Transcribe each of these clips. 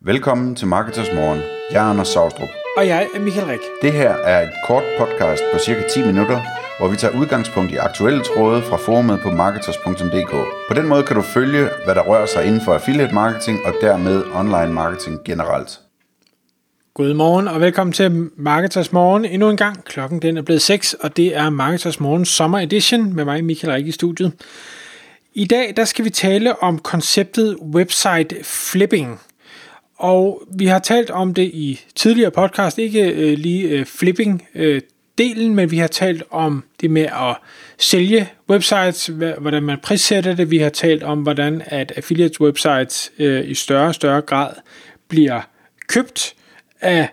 Velkommen til Marketers Morgen. Jeg er Anders Saustrup. Og jeg er Michael Rik. Det her er et kort podcast på cirka 10 minutter, hvor vi tager udgangspunkt i aktuelle tråde fra forumet på marketers.dk. På den måde kan du følge, hvad der rører sig inden for affiliate marketing og dermed online marketing generelt. Godmorgen og velkommen til Marketers Morgen. Endnu en gang. Klokken den er blevet 6, og det er Marketers Morgen Summer Edition med mig, Michael Rik, i studiet. I dag der skal vi tale om konceptet website flipping. Og vi har talt om det i tidligere podcast, ikke lige flipping-delen, men vi har talt om det med at sælge websites, hvordan man prissætter det. Vi har talt om, hvordan at affiliate websites i større og større grad bliver købt af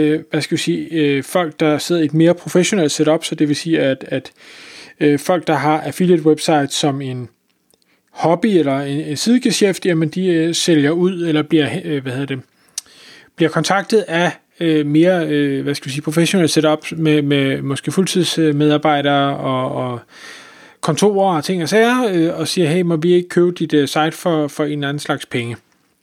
folk, der sidder i et mere professionelt setup, så det vil sige, at folk, der har affiliate websites som en hobby eller en sidegeschæft, jamen de sælger ud eller bliver kontaktet af mere professionelle setups med måske fuldtidsmedarbejdere og kontorer og ting og sager, og siger, hey, må vi ikke købe dit site for en eller anden slags penge?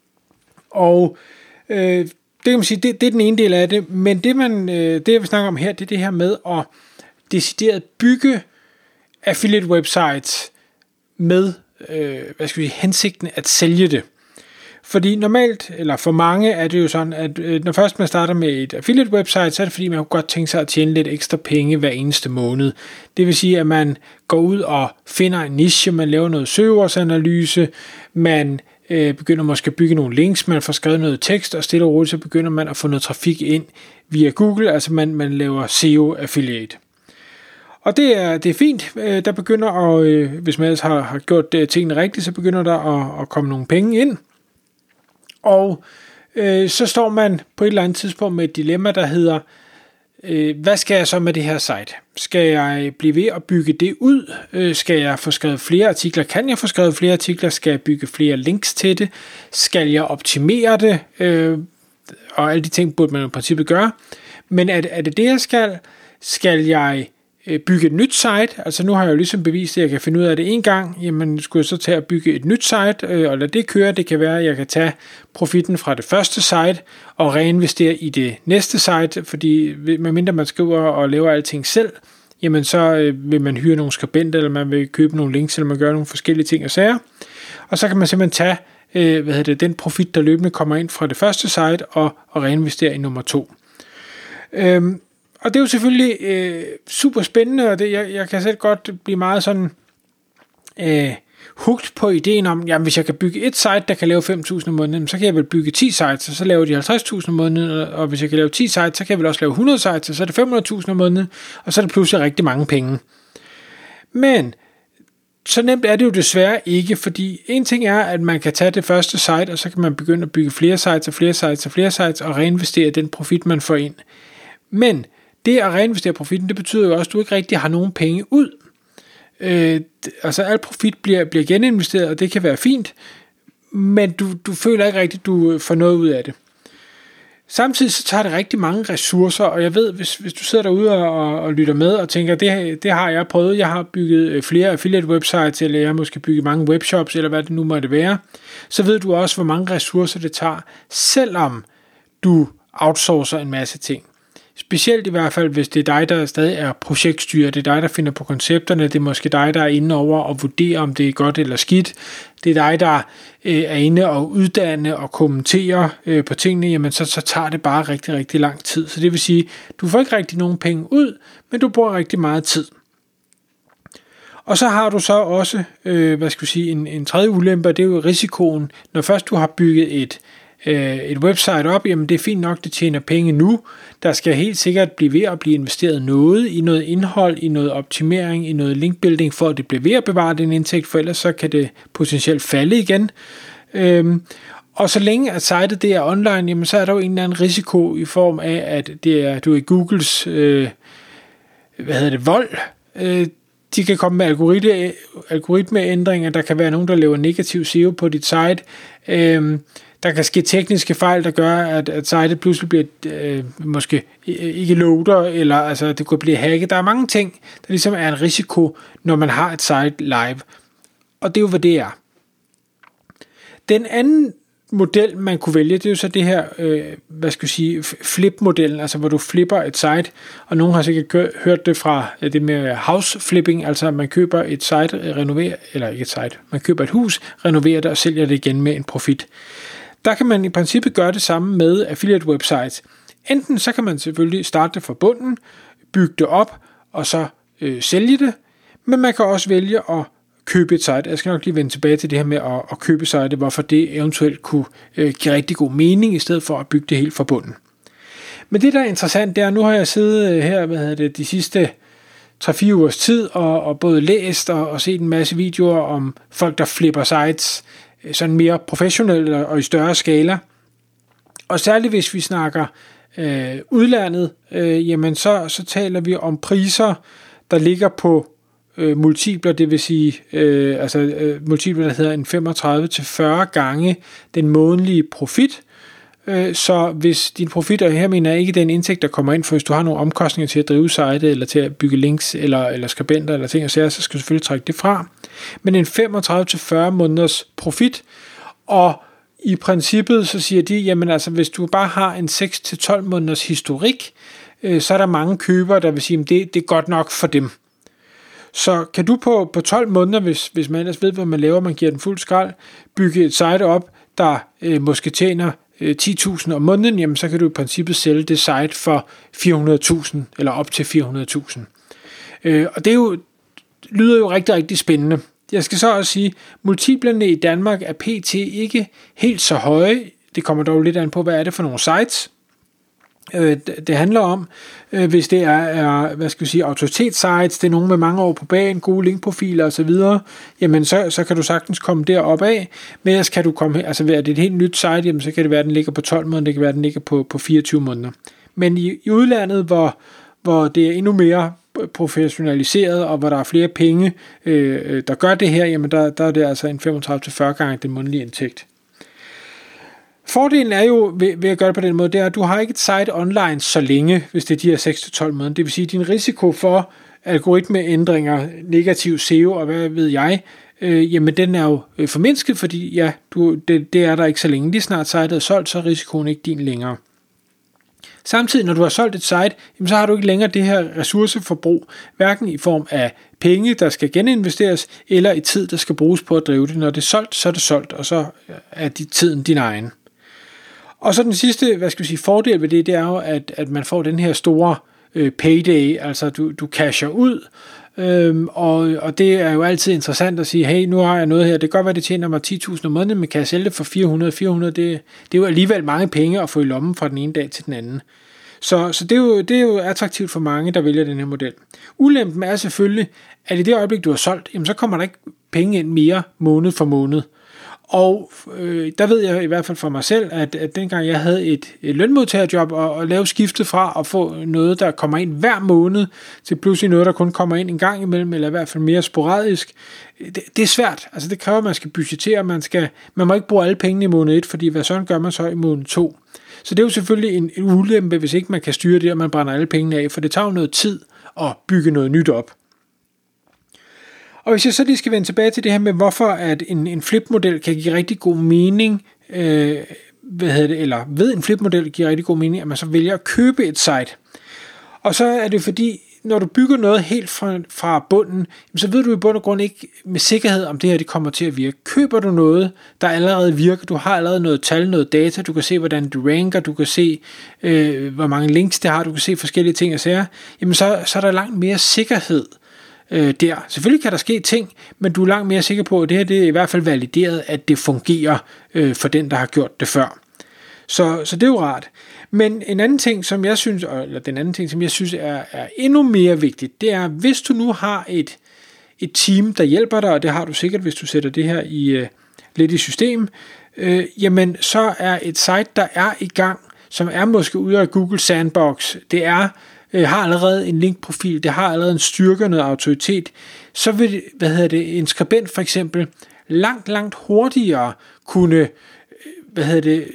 Og det kan man sige, det er den ene del af det, men det jeg vil snakke om her, det er det her med at decideret bygge affiliate websites med hensigten at sælge det. Fordi normalt, eller for mange, er det jo sådan, at når først man starter med et affiliate website, så er det fordi, man kunne godt tænke sig at tjene lidt ekstra penge hver eneste måned. Det vil sige, at man går ud og finder en niche, man laver noget søgeordsanalyse, man begynder måske at bygge nogle links, man får skrevet noget tekst, og stille og roligt, så begynder man at få noget trafik ind via Google, altså man laver SEO affiliate. Og det er fint. Der begynder at, hvis man ellers har gjort tingene rigtigt, så begynder der at komme nogle penge ind. Og så står man på et eller andet tidspunkt med et dilemma, der hedder, hvad skal jeg så med det her site? Skal jeg blive ved at bygge det ud? Skal jeg få skrevet flere artikler? Kan jeg få skrevet flere artikler? Skal jeg bygge flere links til det? Skal jeg optimere det? Og alle de ting burde man i princippet gøre. Men er det jeg skal? Skal jeg bygge et nyt site? Altså nu har jeg jo ligesom bevist, at jeg kan finde ud af det en gang. Jamen skulle jeg så tage at bygge et nyt site og lade det køre? Det kan være, at jeg kan tage profitten fra det første site og reinvestere i det næste site, fordi medmindre man skriver og laver alting selv, jamen så vil man hyre nogle skribenter, eller man vil købe nogle links, eller man gør nogle forskellige ting og sager. Og så kan man simpelthen tage den profit, der løbende kommer ind fra det første site og reinvestere i nummer 2. Og det er jo selvfølgelig super spændende, og jeg kan selv godt blive meget sådan hooked på ideen om, jamen hvis jeg kan bygge et site, der kan lave 5.000 om måneden, så kan jeg vel bygge 10 sites, og så laver de 50.000 om måneden, og hvis jeg kan lave 10 sites, så kan jeg vel også lave 100 sites, og så er det 500.000 om måneden, og så er det pludselig rigtig mange penge. Men så nemt er det jo desværre ikke, fordi en ting er, at man kan tage det første site, og så kan man begynde at bygge flere sites og flere sites og flere sites, og reinvestere den profit, man får ind. Men det at reinvestere profitten, det betyder jo også, at du ikke rigtig har nogen penge ud. Altså al profit bliver geninvesteret, og det kan være fint, men du føler ikke rigtigt, at du får noget ud af det. Samtidig så tager det rigtig mange ressourcer, og jeg ved, hvis du sidder derude og lytter med og tænker, det har jeg prøvet, jeg har bygget flere affiliate websites, eller jeg har måske bygget mange webshops, eller hvad det nu måtte være, så ved du også, hvor mange ressourcer det tager, selvom du outsourcer en masse ting. Specielt i hvert fald, hvis det er dig, der stadig er projektstyrer, det er dig, der finder på koncepterne, det er måske dig, der er inde over og vurderer, om det er godt eller skidt, det er dig, der er inde og uddanne og kommentere på tingene, jamen så tager det bare rigtig, rigtig lang tid. Så det vil sige, du får ikke rigtig nogen penge ud, men du bruger rigtig meget tid. Og så har du så også, en tredje ulempe, det er jo risikoen, når først du har bygget et website op, jamen det er fint nok, det tjener penge nu. Der skal helt sikkert blive ved at blive investeret noget i noget indhold, i noget optimering, i noget linkbuilding, for at det bliver ved at bevare den indtægt, for ellers så kan det potentielt falde igen. Og så længe at sitet det er online, jamen så er der jo en eller anden risiko i form af, at du er i Googles vold. De kan komme med algoritmeændringer, der kan være nogen, der laver negativ SEO på dit site. Der kan ske tekniske fejl, der gør, at sitet pludselig bliver måske ikke loader, eller altså, det kunne blive hacket. Der er mange ting, der ligesom er en risiko, når man har et site live. Og det er jo, hvad det er. Den anden model, man kunne vælge, det er jo så det her, flip-modellen, altså hvor du flipper et site, og nogen har sikkert hørt det fra det med house flipping, altså man køber et site, man køber et hus, renoverer det og sælger det igen med en profit. Der kan man i princippet gøre det samme med affiliate websites. Enten så kan man selvfølgelig starte det fra bunden, bygge det op, og så sælge det, men man kan også vælge at købe et site. Jeg skal nok lige vende tilbage til det her med at købe site, hvorfor det eventuelt kunne give rigtig god mening, i stedet for at bygge det helt fra bunden. Men det, der er interessant, det er, nu har jeg siddet her, de sidste 3-4 ugers tid, og både læst og set en masse videoer om folk, der flipper sites, sådan mere professionelt og i større skala. Og særligt hvis vi snakker udlandet, jamen så taler vi om priser, der ligger på multipler, det vil sige multipler, der hedder en 35-40 gange den månedlige profit. Så hvis din profit, og her mener jeg ikke den indtægt, der kommer ind, for hvis du har nogle omkostninger til at drive site, eller til at bygge links, eller skribenter, eller ting og sager, så skal du selvfølgelig trække det fra. Men en 35-40 måneders profit, og i princippet så siger de, jamen altså hvis du bare har en 6-12 måneders historik, så er der mange købere, der vil sige, at det er godt nok for dem. Så kan du på 12 måneder, hvis man ellers ved, hvad man laver, man giver den fuld skrald, bygge et site op, der måske tjener 10.000 om måneden, jamen så kan du i princippet sælge det site for 400.000 eller op til 400.000. Og det lyder jo rigtig, rigtig spændende. Jeg skal så også sige, at multiplerne i Danmark er pt. Ikke helt så høje. Det kommer dog lidt an på, hvad er det for nogle sites. Det handler om, hvis det er autoritetssites, det er nogen med mange år på bagen, gode linkprofiler osv., jamen så kan du sagtens komme derop af, men ellers kan du komme, altså er det et helt nyt site, jamen så kan det være, at den ligger på 12 måneder, det kan være, at den ligger på 24 måneder. Men i udlandet, hvor det er endnu mere professionaliseret, og hvor der er flere penge, der gør det her, jamen der er det altså en 35-40 gange den månedlige indtægt. Fordelen er jo ved at gøre det på den måde, det er, at du har ikke et site online så længe, hvis det er de her 6-12 måneder. Det vil sige, at din risiko for algoritmeændringer, negativ SEO og hvad ved jeg, jamen den er jo formindsket, fordi det er der ikke så længe. Lige snart sitet er solgt, så er risikoen ikke din længere. Samtidig, når du har solgt et site, jamen, så har du ikke længere det her ressourceforbrug, hverken i form af penge, der skal geninvesteres, eller i tid, der skal bruges på at drive det. Når det er solgt, så er det solgt, og så er tiden din egen. Og så den sidste, fordel ved det er jo, at man får den her store payday, altså du casher ud, og det er jo altid interessant at sige, hey, nu har jeg noget her, det kan godt være, det tjener mig 10.000 om måneden, men kan jeg sælge det for 400, det er jo alligevel mange penge at få i lommen fra den ene dag til den anden. Så det er jo attraktivt for mange, der vælger den her model. Ulempen er selvfølgelig, at i det øjeblik, du har solgt, jamen, så kommer der ikke penge ind mere måned for måned. Og der ved jeg i hvert fald for mig selv, at dengang jeg havde et lønmodtagerjob og lavede skiftet fra at få noget, der kommer ind hver måned, til pludselig noget, der kun kommer ind en gang imellem, eller i hvert fald mere sporadisk, det er svært. Altså det kræver, at man skal budgettere, man må ikke bruge alle pengene i måned 1, fordi hvad sådan gør man så i måned 2. Så det er jo selvfølgelig en ulempe, hvis ikke man kan styre det, og man brænder alle pengene af, for det tager jo noget tid at bygge noget nyt op. Og hvis jeg så lige skal vende tilbage til det her med, hvorfor at en flip-model kan give rigtig god mening, ved en flip-model giver rigtig god mening, at man så vælger at købe et site. Og så er det fordi, når du bygger noget helt fra bunden, så ved du i bund og grund ikke med sikkerhed, om det her det kommer til at virke. Køber du noget, der allerede virker, du har allerede noget tal, noget data, du kan se, hvordan du ranker, du kan se, hvor mange links det har, du kan se forskellige ting og sager, jamen så er der langt mere sikkerhed der. Selvfølgelig kan der ske ting, men du er langt mere sikker på, at det her det er i hvert fald valideret, at det fungerer for den, der har gjort det før. Så det er jo rart. Men en anden ting, som jeg synes, er endnu mere vigtigt, det er, hvis du nu har et team, der hjælper dig, og det har du sikkert, hvis du sætter det her lidt i system, jamen så er et site, der er i gang, som er måske ude af Google Sandbox, det er har allerede en linkprofil, det har allerede en styrke og noget autoritet, så vil en skribent for eksempel langt hurtigere kunne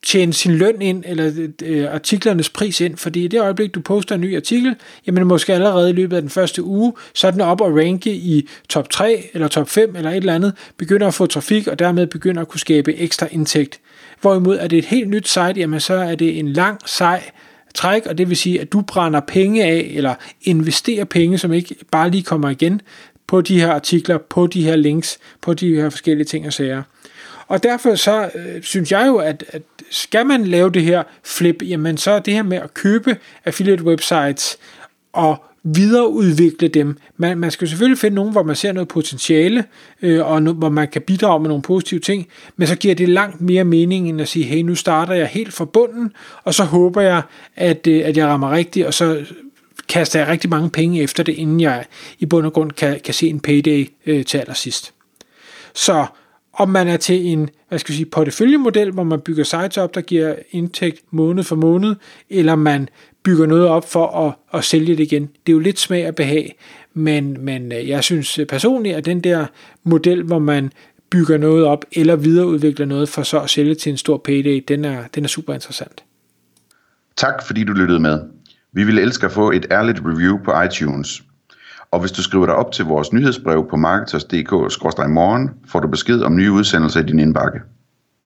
tjene sin løn ind, eller artiklernes pris ind, fordi i det øjeblik, du poster en ny artikel, jamen måske allerede i løbet af den første uge, så er den op og ranke i top 3, eller top 5, eller et eller andet, begynder at få trafik, og dermed begynder at kunne skabe ekstra indtægt. Hvorimod er det et helt nyt site, jamen så er det en lang, sej træk, og det vil sige, at du brænder penge af, eller investerer penge, som ikke bare lige kommer igen, på de her artikler, på de her links, på de her forskellige ting og sager. Og derfor så synes jeg jo, at skal man lave det her flip, jamen så er det her med at købe affiliate websites og videreudvikle dem. Man skal selvfølgelig finde nogen, hvor man ser noget potentiale, og hvor man kan bidrage med nogle positive ting, men så giver det langt mere mening, end at sige, hey, nu starter jeg helt fra bunden, og så håber jeg, at jeg rammer rigtigt, og så kaster jeg rigtig mange penge efter det, inden jeg i bund og grund kan se en payday til allersidst. Så om man er til en, porteføljemodel, hvor man bygger sites op, der giver indtægt måned for måned, eller man bygger noget op for at sælge det igen. Det er jo lidt smag og behag, men jeg synes personligt, at den der model, hvor man bygger noget op, eller videreudvikler noget for så at sælge til en stor payday, den er super interessant. Tak fordi du lyttede med. Vi ville elske at få et ærligt review på iTunes. Og hvis du skriver dig op til vores nyhedsbrev på marketers.dk/morgen, får du besked om nye udsendelser i din indbakke.